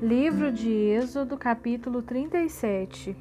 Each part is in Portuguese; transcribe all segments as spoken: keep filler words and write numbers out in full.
Livro de Êxodo, capítulo trinta e sete.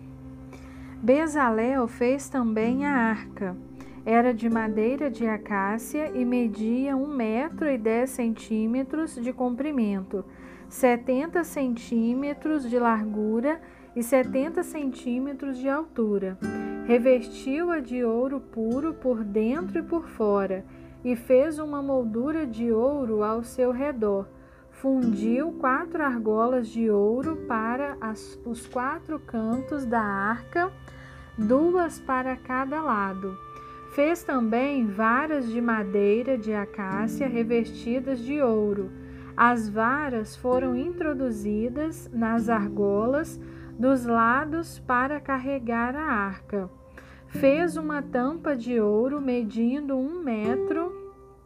Bezalel fez também a arca. Era de madeira de acácia e media um metro e dez centímetros de comprimento, setenta centímetros de largura e setenta centímetros de altura. Revestiu-a de ouro puro por dentro e por fora, e fez uma moldura de ouro ao seu redor. Fundiu quatro argolas de ouro para as, os quatro cantos da arca, duas para cada lado. Fez também varas de madeira de acácia revestidas de ouro. As varas foram introduzidas nas argolas dos lados para carregar a arca. Fez uma tampa de ouro medindo um metro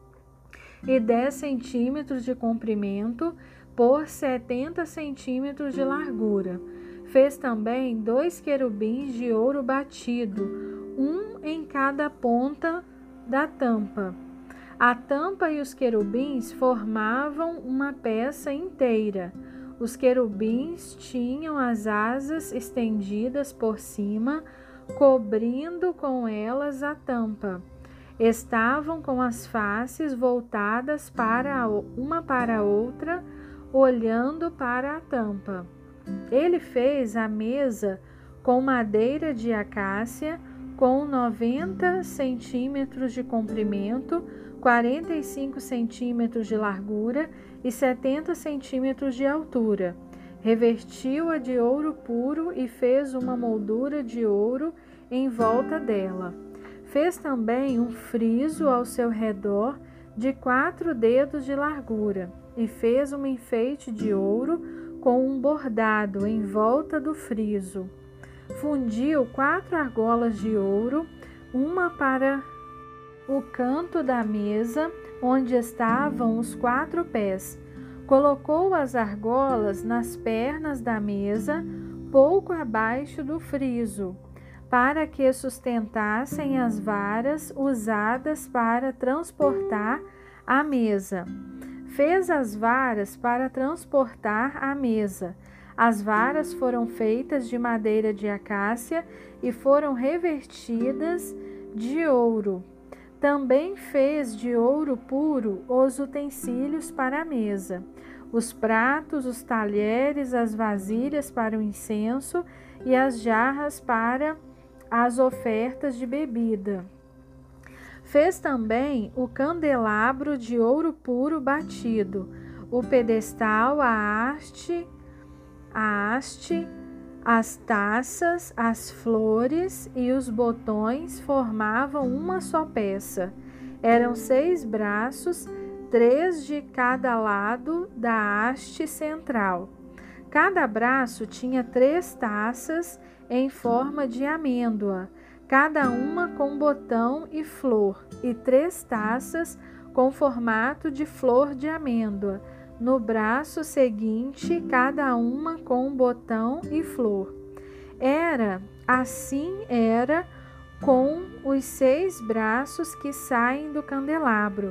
e dez centímetros de comprimento por setenta centímetros de largura. Fez também dois querubins de ouro batido, um em cada ponta da tampa. A tampa e os querubins formavam uma peça inteira. Os querubins tinham as asas estendidas por cima, cobrindo com elas a tampa. Estavam com as faces voltadas para uma para a outra, olhando para a tampa. Ele fez a mesa com madeira de acácia, com noventa centímetros de comprimento, quarenta e cinco centímetros de largura e setenta centímetros de altura. Revestiu-a de ouro puro e fez uma moldura de ouro em volta dela. Fez também um friso ao seu redor de quatro dedos de largura e fez um enfeite de ouro com um bordado em volta do friso. Fundiu quatro argolas de ouro, uma para o canto da mesa onde estavam os quatro pés. Colocou as argolas nas pernas da mesa, pouco abaixo do friso, para que sustentassem as varas usadas para transportar a mesa. Fez as varas para transportar a mesa. As varas foram feitas de madeira de acácia e foram revestidas de ouro. Também fez de ouro puro os utensílios para a mesa, os pratos, os talheres, as vasilhas para o incenso e as jarras para as ofertas de bebida. Fez também o candelabro de ouro puro batido, o pedestal, a haste, a haste, as taças, as flores e os botões formavam uma só peça. Eram seis braços, três de cada lado da haste central. Cada braço tinha três taças em forma de amêndoa, cada uma com botão e flor, e três taças com formato de flor de amêndoa. No braço seguinte, cada uma com botão e flor. Era assim era com os seis braços que saem do candelabro.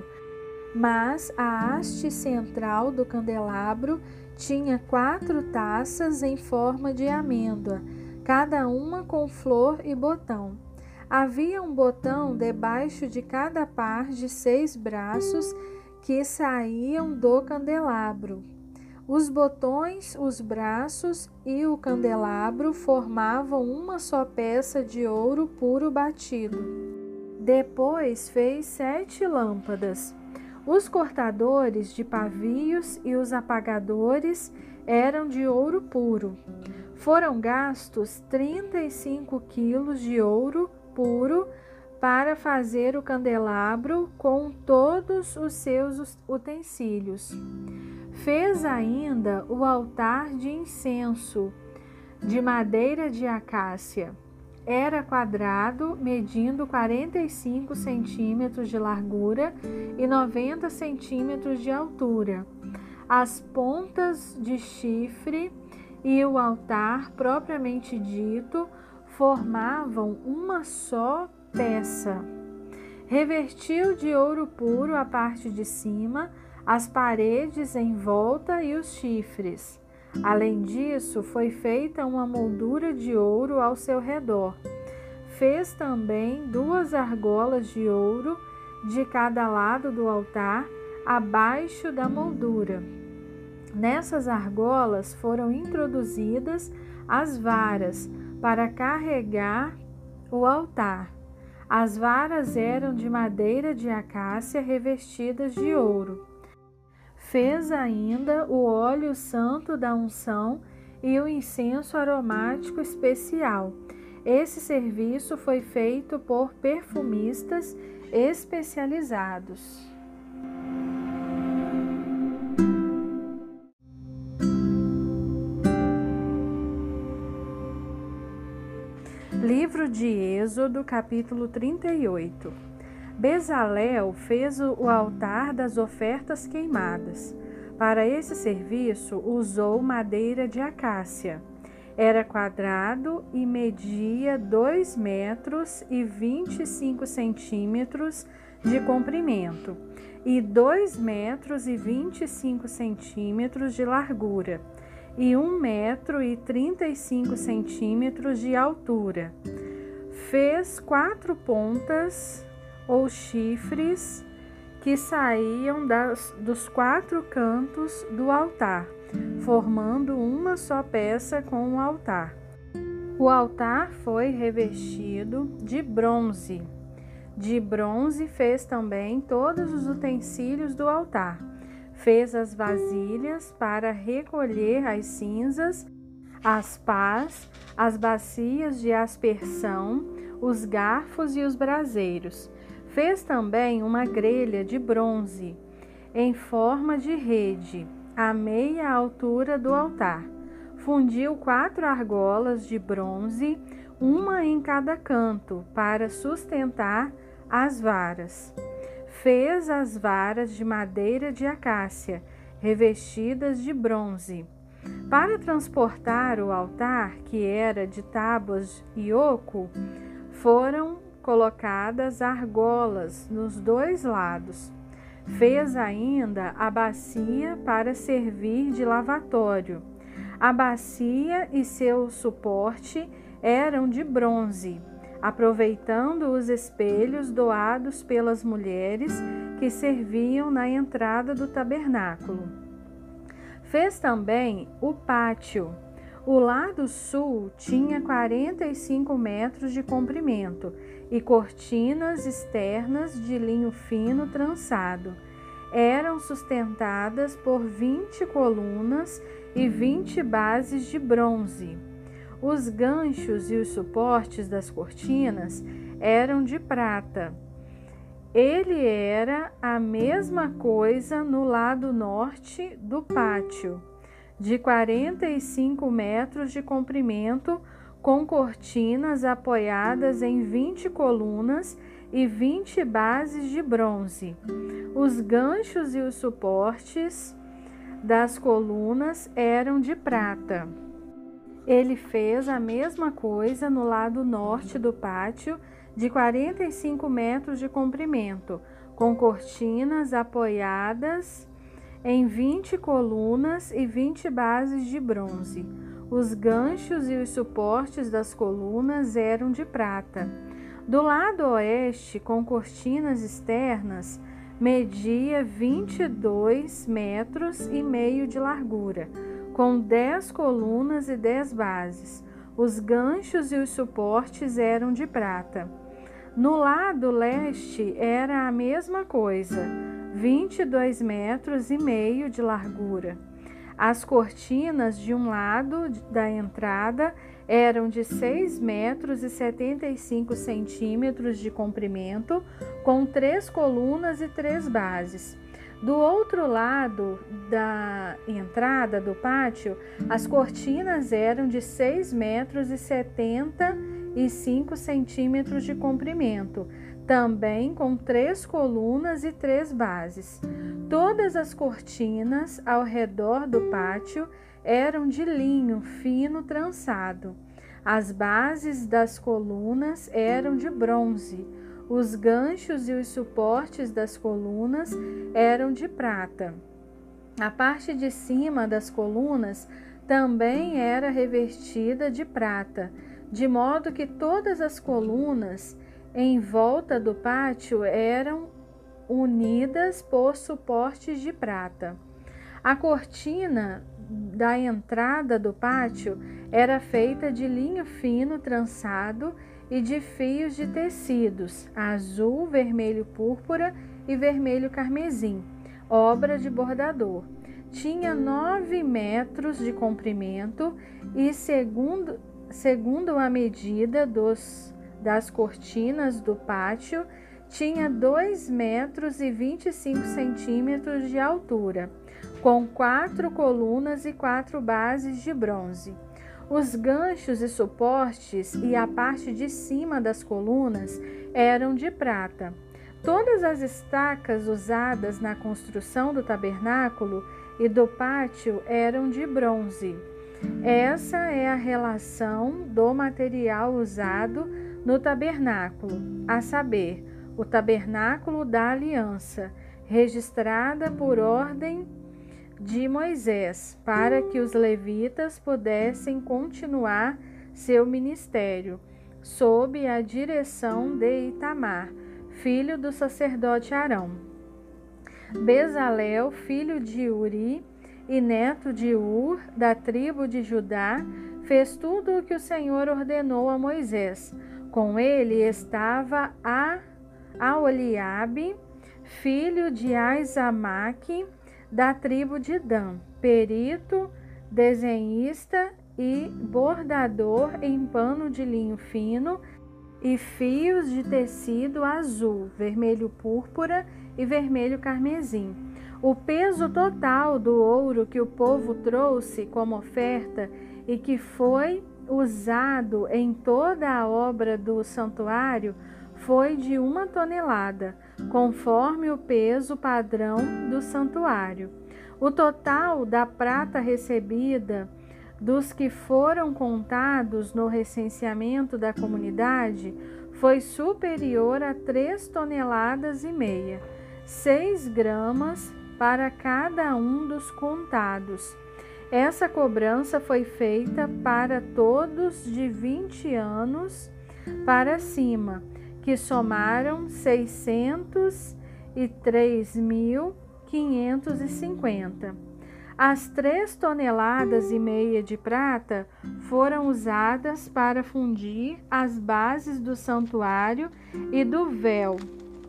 Mas a haste central do candelabro tinha quatro taças em forma de amêndoa, cada uma com flor e botão. Havia um botão debaixo de cada par de seis braços que saíam do candelabro. Os botões, os braços e o candelabro formavam uma só peça de ouro puro batido. Depois fez sete lâmpadas. Os cortadores de pavios e os apagadores eram de ouro puro. Foram gastos trinta e cinco quilos de ouro puro para fazer o candelabro com todos os seus utensílios. Fez ainda o altar de incenso, de madeira de acácia. Era quadrado, medindo quarenta e cinco centímetros de largura e noventa centímetros de altura. As pontas de chifre e o altar propriamente dito formavam uma só peça. Revestiu de ouro puro a parte de cima, as paredes em volta e os chifres. Além disso, foi feita uma moldura de ouro ao seu redor. Fez também duas argolas de ouro de cada lado do altar, abaixo da moldura. Nessas argolas foram introduzidas as varas para carregar o altar. As varas eram de madeira de acácia revestidas de ouro. Fez ainda o óleo santo da unção e o incenso aromático especial. Esse serviço foi feito por perfumistas especializados. Livro de Êxodo, capítulo trinta e oito. Bezalel fez o altar das ofertas queimadas. Para esse serviço, usou madeira de acácia. Era quadrado e media dois metros e vinte e cinco centímetros de comprimento e dois metros e vinte e cinco centímetros de largura e um metro e trinta e cinco centímetros de altura. Fez quatro pontas ou chifres que saíam das, dos quatro cantos do altar, formando uma só peça com o altar. O altar foi revestido de bronze. De bronze fez também todos os utensílios do altar. Fez as vasilhas para recolher as cinzas, as pás, as bacias de aspersão, os garfos e os braseiros. Fez também uma grelha de bronze, em forma de rede, à meia altura do altar. Fundiu quatro argolas de bronze, uma em cada canto, para sustentar as varas. Fez as varas de madeira de acácia, revestidas de bronze. Para transportar o altar, que era de tábuas e oco, foram colocadas argolas nos dois lados. Fez ainda a bacia para servir de lavatório. A bacia e seu suporte eram de bronze, aproveitando os espelhos doados pelas mulheres que serviam na entrada do tabernáculo. Fez também o pátio. O lado sul tinha quarenta e cinco metros de comprimento e cortinas externas de linho fino trançado. Eram sustentadas por vinte colunas e vinte bases de bronze. Os ganchos e os suportes das cortinas eram de prata. Ele era a mesma coisa no lado norte do pátio, de quarenta e cinco metros de comprimento, com cortinas apoiadas em vinte colunas e vinte bases de bronze. Os ganchos e os suportes das colunas eram de prata. Ele fez a mesma coisa no lado norte do pátio, de quarenta e cinco metros de comprimento, com cortinas apoiadas em vinte colunas e vinte bases de bronze. Os ganchos e os suportes das colunas eram de prata. Do lado oeste, com cortinas externas, media vinte e dois metros e meio de largura, com dez colunas e dez bases. Os ganchos e os suportes eram de prata. No lado leste era a mesma coisa, vinte e dois metros e meio de largura. As cortinas de um lado da entrada eram de seis metros e setenta e cinco centímetros de comprimento, com três colunas e três bases. Do outro lado da entrada do pátio, as cortinas eram de seis metros e setenta e cinco centímetros de comprimento, também com três colunas e três bases. Todas as cortinas ao redor do pátio eram de linho fino trançado. As bases das colunas eram de bronze. Os ganchos e os suportes das colunas eram de prata. A parte de cima das colunas também era revestida de prata, de modo que todas as colunas em volta do pátio eram unidas por suportes de prata. A cortina da entrada do pátio era feita de linho fino trançado e de fios de tecidos azul, vermelho púrpura e vermelho carmesim, obra de bordador. Tinha nove metros de comprimento e, segundo, segundo a medida dos, das cortinas do pátio, tinha dois metros e vinte e cinco centímetros de altura, com quatro colunas e quatro bases de bronze. Os ganchos e suportes e a parte de cima das colunas eram de prata. Todas as estacas usadas na construção do tabernáculo e do pátio eram de bronze. Essa é a relação do material usado no tabernáculo, a saber, o tabernáculo da aliança, registrada por ordem de Moisés, para que os levitas pudessem continuar seu ministério, sob a direção de Itamar, filho do sacerdote Arão. Bezalel, filho de Uri e neto de Ur, da tribo de Judá, fez tudo o que o Senhor ordenou a Moisés. Com ele estava a Aholiabe, filho de Aizamaque, da tribo de Dan, perito, desenhista e bordador em pano de linho fino e fios de tecido azul, vermelho púrpura e vermelho carmesim. O peso total do ouro que o povo trouxe como oferta e que foi usado em toda a obra do santuário foi de uma tonelada, conforme o peso padrão do santuário. O total da prata recebida dos que foram contados no recenseamento da comunidade foi superior a três toneladas e meia, seis gramas para cada um dos contados. Essa cobrança foi feita para todos de vinte anos para cima, que somaram seiscentos e três mil quinhentos e cinquenta. As três toneladas e meia de prata foram usadas para fundir as bases do santuário e do véu,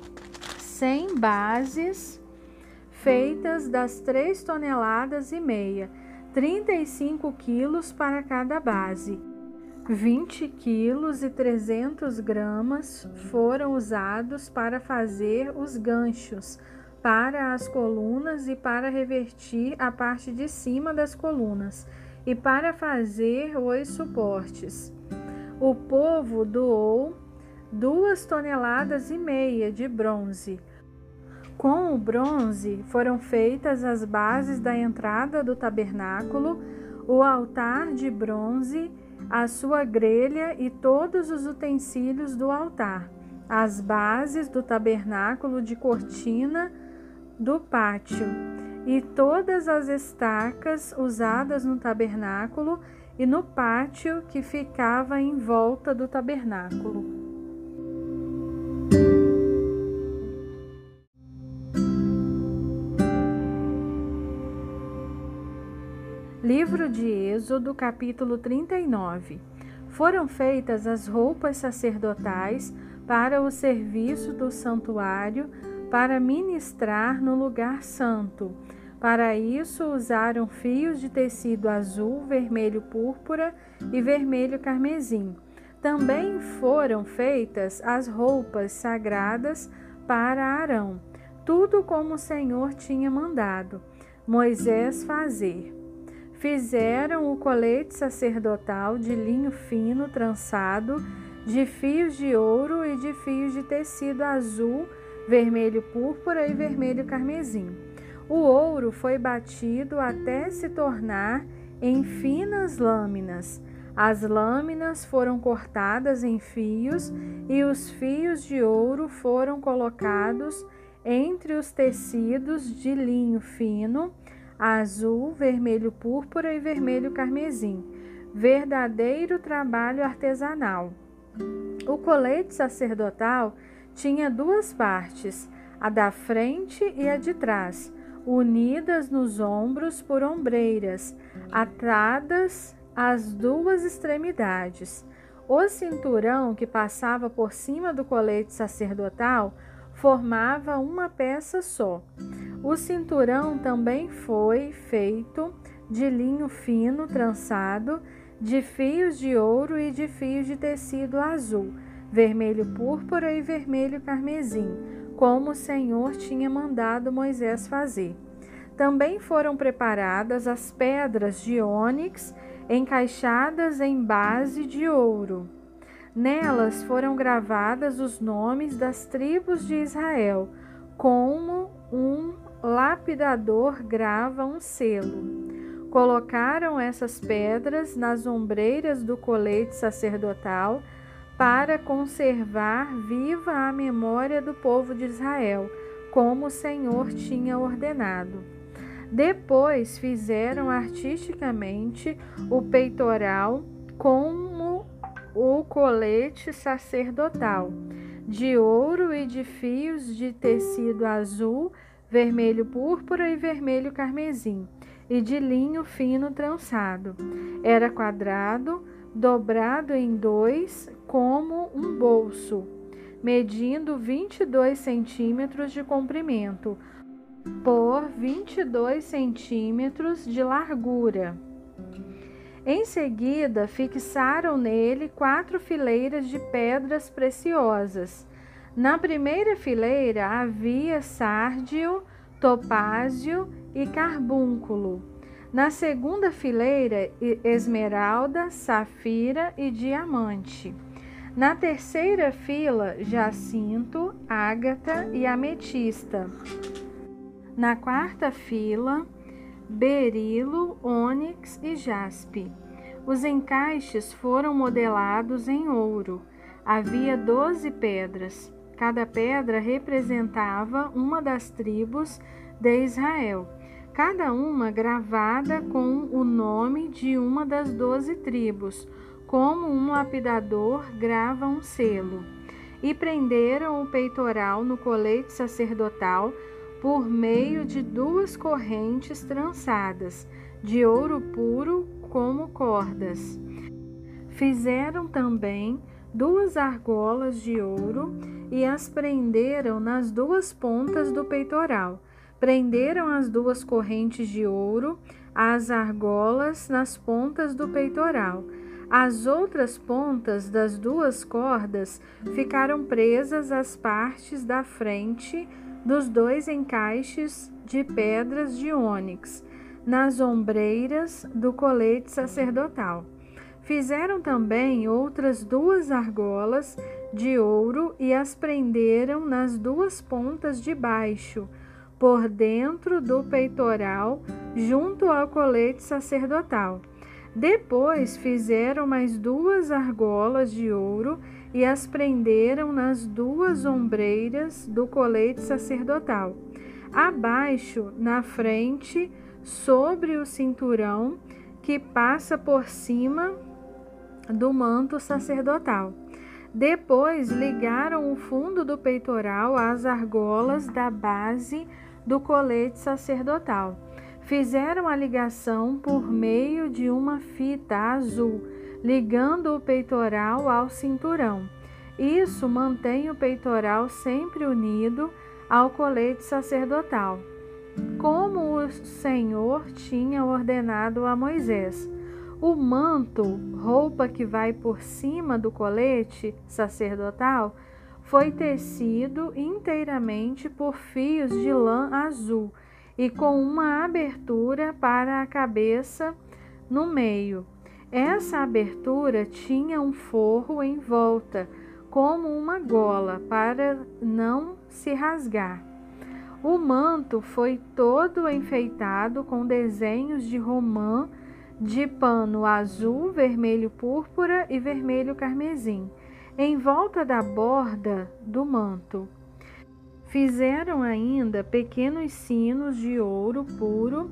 cem bases feitas das três toneladas e meia, trinta e cinco quilos para cada base. vinte quilos e trezentos gramas foram usados para fazer os ganchos para as colunas e para revertir a parte de cima das colunas e para fazer os suportes. O povo doou duas toneladas e meia de bronze. Com o bronze foram feitas as bases da entrada do tabernáculo, o altar de bronze, a sua grelha e todos os utensílios do altar, as bases do tabernáculo de cortina do pátio e todas as estacas usadas no tabernáculo e no pátio que ficava em volta do tabernáculo. Livro de Êxodo, capítulo trinta e nove. Foram feitas as roupas sacerdotais para o serviço do santuário, para ministrar no lugar santo. Para isso usaram fios de tecido azul, vermelho púrpura e vermelho carmesim. Também foram feitas as roupas sagradas para Arão, tudo como o Senhor tinha mandado Moisés fazer. Fizeram o colete sacerdotal de linho fino trançado, de fios de ouro e de fios de tecido azul, vermelho púrpura e vermelho carmesim. O ouro foi batido até se tornar em finas lâminas. As lâminas foram cortadas em fios e os fios de ouro foram colocados entre os tecidos de linho fino, azul, vermelho púrpura e vermelho carmesim. Verdadeiro trabalho artesanal. O colete sacerdotal tinha duas partes, a da frente e a de trás, unidas nos ombros por ombreiras, atadas às duas extremidades. O cinturão que passava por cima do colete sacerdotal formava uma peça só. O cinturão também foi feito de linho fino trançado, de fios de ouro e de fios de tecido azul, vermelho púrpura e vermelho carmesim, como o Senhor tinha mandado Moisés fazer. Também foram preparadas as pedras de ônix encaixadas em base de ouro. Nelas foram gravadas os nomes das tribos de Israel, como um lapidador grava um selo. Colocaram essas pedras nas ombreiras do colete sacerdotal para conservar viva a memória do povo de Israel, como o Senhor tinha ordenado. Depois fizeram artisticamente o peitoral como o colete sacerdotal, de ouro e de fios de tecido azul, vermelho púrpura e vermelho carmesim, e de linho fino trançado. Era quadrado, dobrado em dois como um bolso, medindo vinte e dois centímetros de comprimento por vinte e dois centímetros de largura. Em seguida, fixaram nele quatro fileiras de pedras preciosas. Na primeira fileira havia sárdio, topázio e carbúnculo. Na segunda fileira, esmeralda, safira e diamante. Na terceira fila, jacinto, ágata e ametista. Na quarta fila, berilo, ônix e jaspe. Os encaixes foram modelados em ouro. Havia doze pedras. Cada pedra representava uma das tribos de Israel, cada uma gravada com o nome de uma das doze tribos, como um lapidador grava um selo. E prenderam o peitoral no colete sacerdotal por meio de duas correntes trançadas, de ouro puro como cordas. Fizeram também duas argolas de ouro e as prenderam nas duas pontas do peitoral. Prenderam as duas correntes de ouro às argolas nas pontas do peitoral. As outras pontas das duas cordas ficaram presas às partes da frente dos dois encaixes de pedras de ônix, nas ombreiras do colete sacerdotal. Fizeram também outras duas argolas de ouro e as prenderam nas duas pontas de baixo, por dentro do peitoral, junto ao colete sacerdotal. Depois fizeram mais duas argolas de ouro e as prenderam nas duas ombreiras do colete sacerdotal. Abaixo, na frente, sobre o cinturão que passa por cima do manto sacerdotal. Depois ligaram o fundo do peitoral às argolas da base do colete sacerdotal. Fizeram a ligação por meio de uma fita azul, ligando o peitoral ao cinturão. Isso mantém o peitoral sempre unido ao colete sacerdotal, como o Senhor tinha ordenado a Moisés. O manto, roupa que vai por cima do colete sacerdotal, foi tecido inteiramente por fios de lã azul e com uma abertura para a cabeça no meio. Essa abertura tinha um forro em volta, como uma gola, para não se rasgar. O manto foi todo enfeitado com desenhos de romã de pano azul, vermelho púrpura e vermelho carmesim, em volta da borda do manto. Fizeram ainda pequenos sinos de ouro puro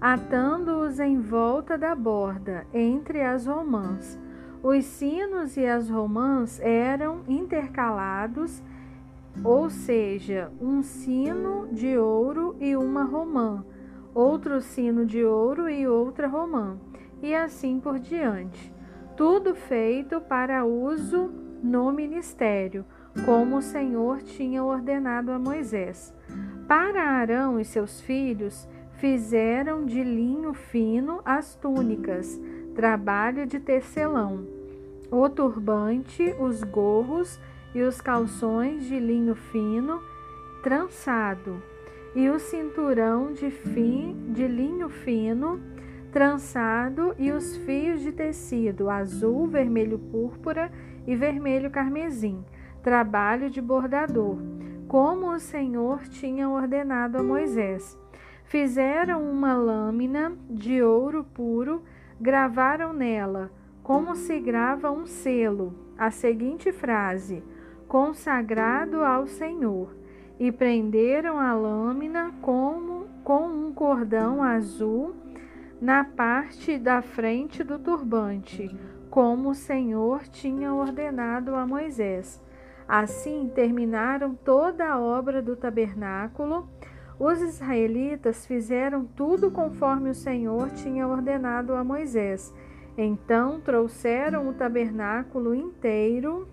atando-os em volta da borda, entre as romãs. Os sinos e as romãs eram intercalados, ou seja, um sino de ouro e uma romã, outro sino de ouro e outra romã, e assim por diante. Tudo feito para uso no ministério, como o Senhor tinha ordenado a Moisés. Para Arão e seus filhos, fizeram de linho fino as túnicas, trabalho de tecelão, o turbante, os gorros e os calções de linho fino, trançado, e o cinturão de, fi, de linho fino, trançado, e os fios de tecido azul, vermelho púrpura e vermelho carmesim, trabalho de bordador, como o Senhor tinha ordenado a Moisés. Fizeram uma lâmina de ouro puro, gravaram nela, como se grava um selo, a seguinte frase: consagrado ao Senhor, e prenderam a lâmina com, com um cordão azul na parte da frente do turbante, como o Senhor tinha ordenado a Moisés. Assim terminaram toda a obra do tabernáculo. Os israelitas fizeram tudo conforme o Senhor tinha ordenado a Moisés. Então trouxeram o tabernáculo inteiro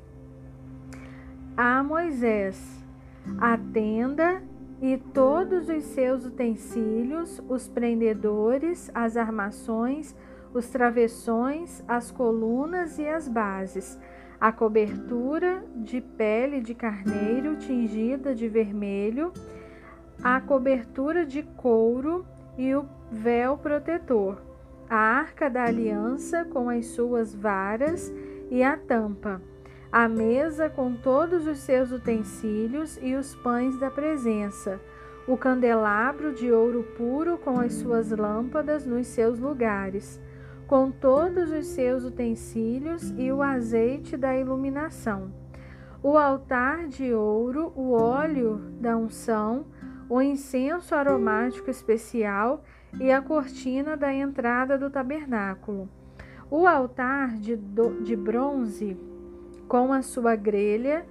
a Moisés, a tenda e todos os seus utensílios, os prendedores, as armações, os travessões, as colunas e as bases, a cobertura de pele de carneiro tingida de vermelho, a cobertura de couro e o véu protetor, a arca da aliança com as suas varas e a tampa, a mesa com todos os seus utensílios e os pães da presença, o candelabro de ouro puro com as suas lâmpadas nos seus lugares, com todos os seus utensílios e o azeite da iluminação, o altar de ouro, o óleo da unção, o incenso aromático especial e a cortina da entrada do tabernáculo, o altar de, do, de bronze com a sua grelha,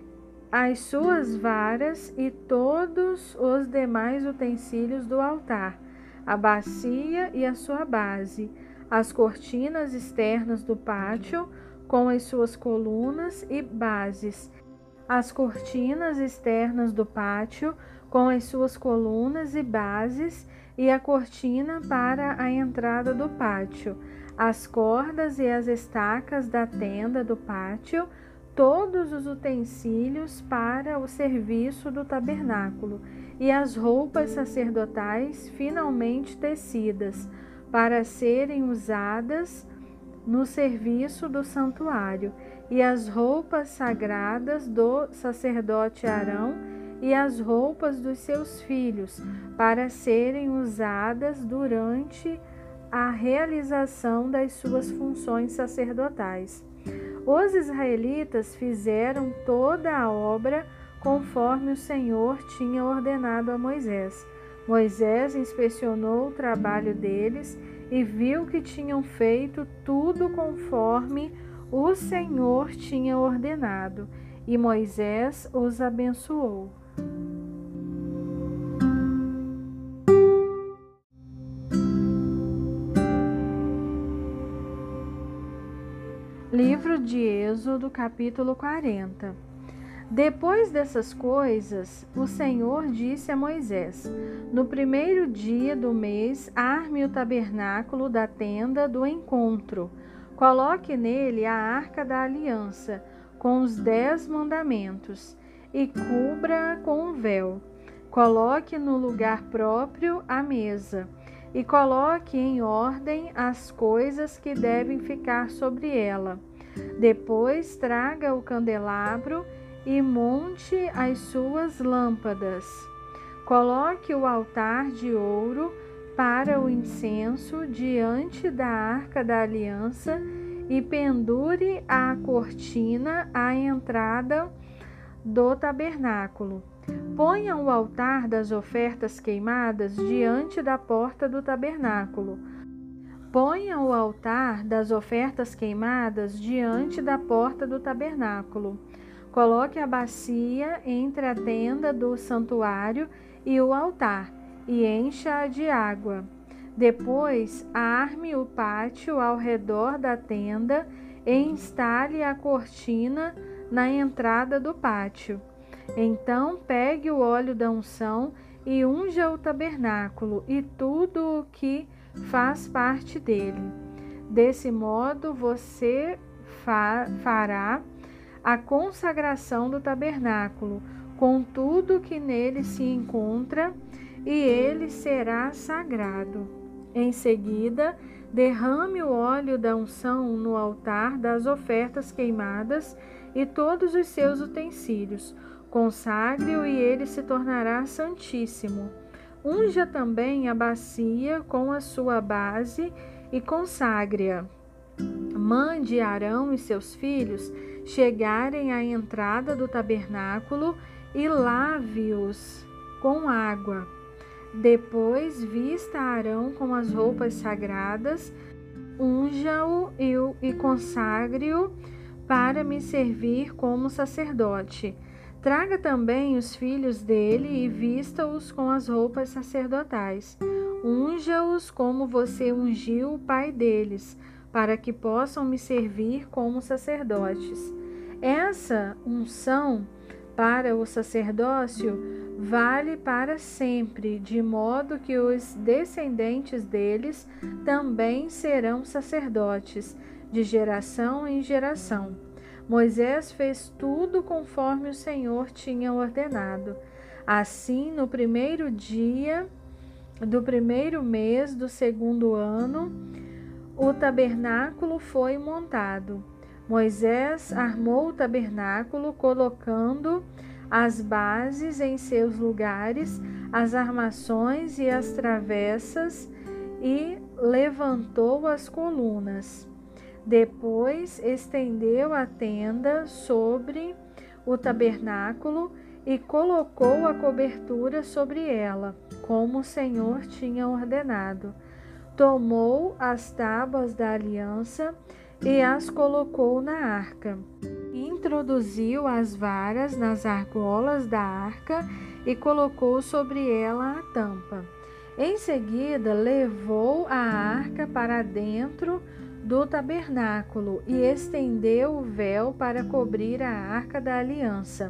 as suas varas e todos os demais utensílios do altar, a bacia e a sua base, as cortinas externas do pátio com as suas colunas e bases, as cortinas externas do pátio com as suas colunas e bases e a cortina para a entrada do pátio, as cordas e as estacas da tenda do pátio, todos os utensílios para o serviço do tabernáculo e as roupas sacerdotais finalmente tecidas para serem usadas no serviço do santuário, e as roupas sagradas do sacerdote Arão e as roupas dos seus filhos para serem usadas durante a realização das suas funções sacerdotais. Os israelitas fizeram toda a obra conforme o Senhor tinha ordenado a Moisés. Moisés inspecionou o trabalho deles e viu que tinham feito tudo conforme o Senhor tinha ordenado, e Moisés os abençoou. Livro de Êxodo, capítulo quarenta. Depois dessas coisas, o Senhor disse a Moisés: no primeiro dia do mês, arme o tabernáculo da tenda do encontro. Coloque nele a arca da aliança, com os dez mandamentos, e cubra-a com um véu. Coloque no lugar próprio a mesa, e coloque em ordem as coisas que devem ficar sobre ela. Depois traga o candelabro e monte as suas lâmpadas. Coloque o altar de ouro para o incenso diante da arca da aliança e pendure a cortina à entrada do tabernáculo. Ponha o altar das ofertas queimadas diante da porta do tabernáculo. Ponha o altar das ofertas queimadas diante da porta do tabernáculo. Coloque a bacia entre a tenda do santuário e o altar e encha-a de água. Depois, arme o pátio ao redor da tenda e instale a cortina na entrada do pátio. Então, pegue o óleo da unção e unja o tabernáculo e tudo o que faz parte dele. Desse modo, você fa- fará a consagração do tabernáculo, com tudo que nele se encontra, e ele será sagrado. Em seguida, derrame o óleo da unção no altar das ofertas queimadas e todos os seus utensílios. Consagre-o e ele se tornará santíssimo. Unja também a bacia com a sua base e consagre-a. Mande Arão e seus filhos chegarem à entrada do tabernáculo e lave-os com água. Depois vista Arão com as roupas sagradas, unja-o e consagre-o para me servir como sacerdote. Traga também os filhos dele e vista-os com as roupas sacerdotais. Unja-os como você ungiu o pai deles, para que possam me servir como sacerdotes. Essa unção para o sacerdócio vale para sempre, de modo que os descendentes deles também serão sacerdotes, de geração em geração. Moisés fez tudo conforme o Senhor tinha ordenado. Assim, no primeiro dia do primeiro mês do segundo ano, o tabernáculo foi montado. Moisés armou o tabernáculo, colocando as bases em seus lugares, as armações e as travessas, e levantou as colunas. Depois estendeu a tenda sobre o tabernáculo e colocou a cobertura sobre ela, como o Senhor tinha ordenado. Tomou as tábuas da aliança e as colocou na arca. Introduziu as varas nas argolas da arca e colocou sobre ela a tampa. Em seguida, levou a arca para dentro do tabernáculo e estendeu o véu para cobrir a arca da aliança,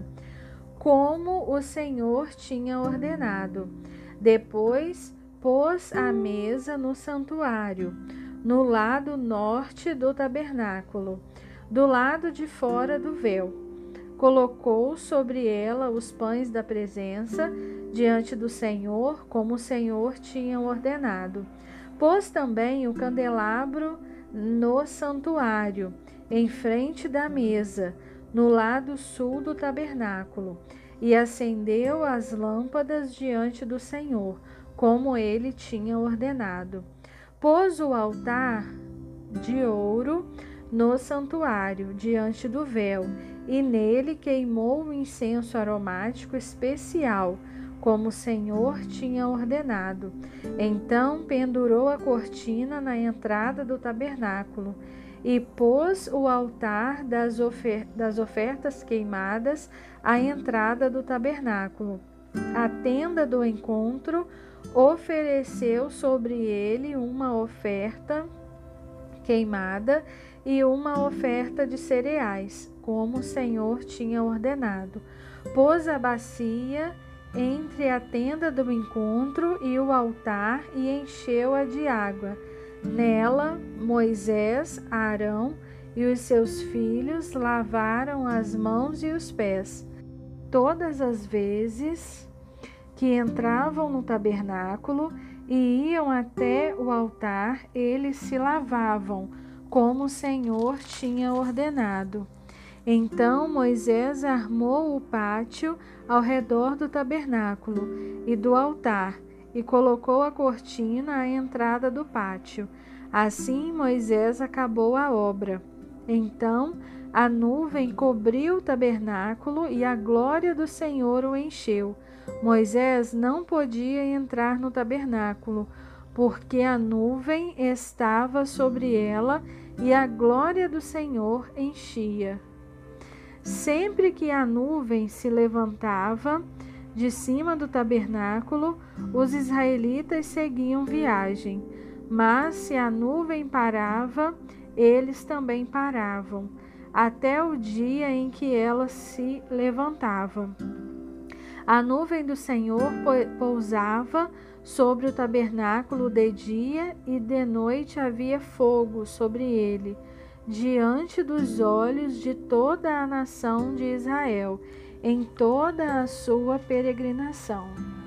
como o Senhor tinha ordenado. Depois, pôs a mesa no santuário, no lado norte do tabernáculo, do lado de fora do véu. Colocou sobre ela os pães da presença diante do Senhor, como o Senhor tinha ordenado. Pôs também o candelabro no santuário, em frente da mesa, no lado sul do tabernáculo, e acendeu as lâmpadas diante do Senhor, como ele tinha ordenado. Pôs o altar de ouro no santuário, diante do véu, e nele queimou um incenso aromático especial, como o Senhor tinha ordenado. Então pendurou a cortina na entrada do tabernáculo e pôs o altar das, ofer- das ofertas queimadas à entrada do tabernáculo. A tenda do encontro ofereceu sobre ele uma oferta queimada e uma oferta de cereais, como o Senhor tinha ordenado. Pôs a bacia entre a tenda do encontro e o altar e encheu-a de água. Nela, Moisés, Arão e os seus filhos lavaram as mãos e os pés. Todas as vezes que entravam no tabernáculo e iam até o altar, eles se lavavam, como o Senhor tinha ordenado. Então Moisés armou o pátio ao redor do tabernáculo e do altar e colocou a cortina à entrada do pátio. Assim Moisés acabou a obra. Então a nuvem cobriu o tabernáculo e a glória do Senhor o encheu. Moisés não podia entrar no tabernáculo, porque a nuvem estava sobre ela e a glória do Senhor enchia. Sempre que a nuvem se levantava de cima do tabernáculo, os israelitas seguiam viagem, mas se a nuvem parava, eles também paravam, até o dia em que ela se levantava. A nuvem do Senhor pousava sobre o tabernáculo de dia, e de noite havia fogo sobre ele, diante dos olhos de toda a nação de Israel, em toda a sua peregrinação.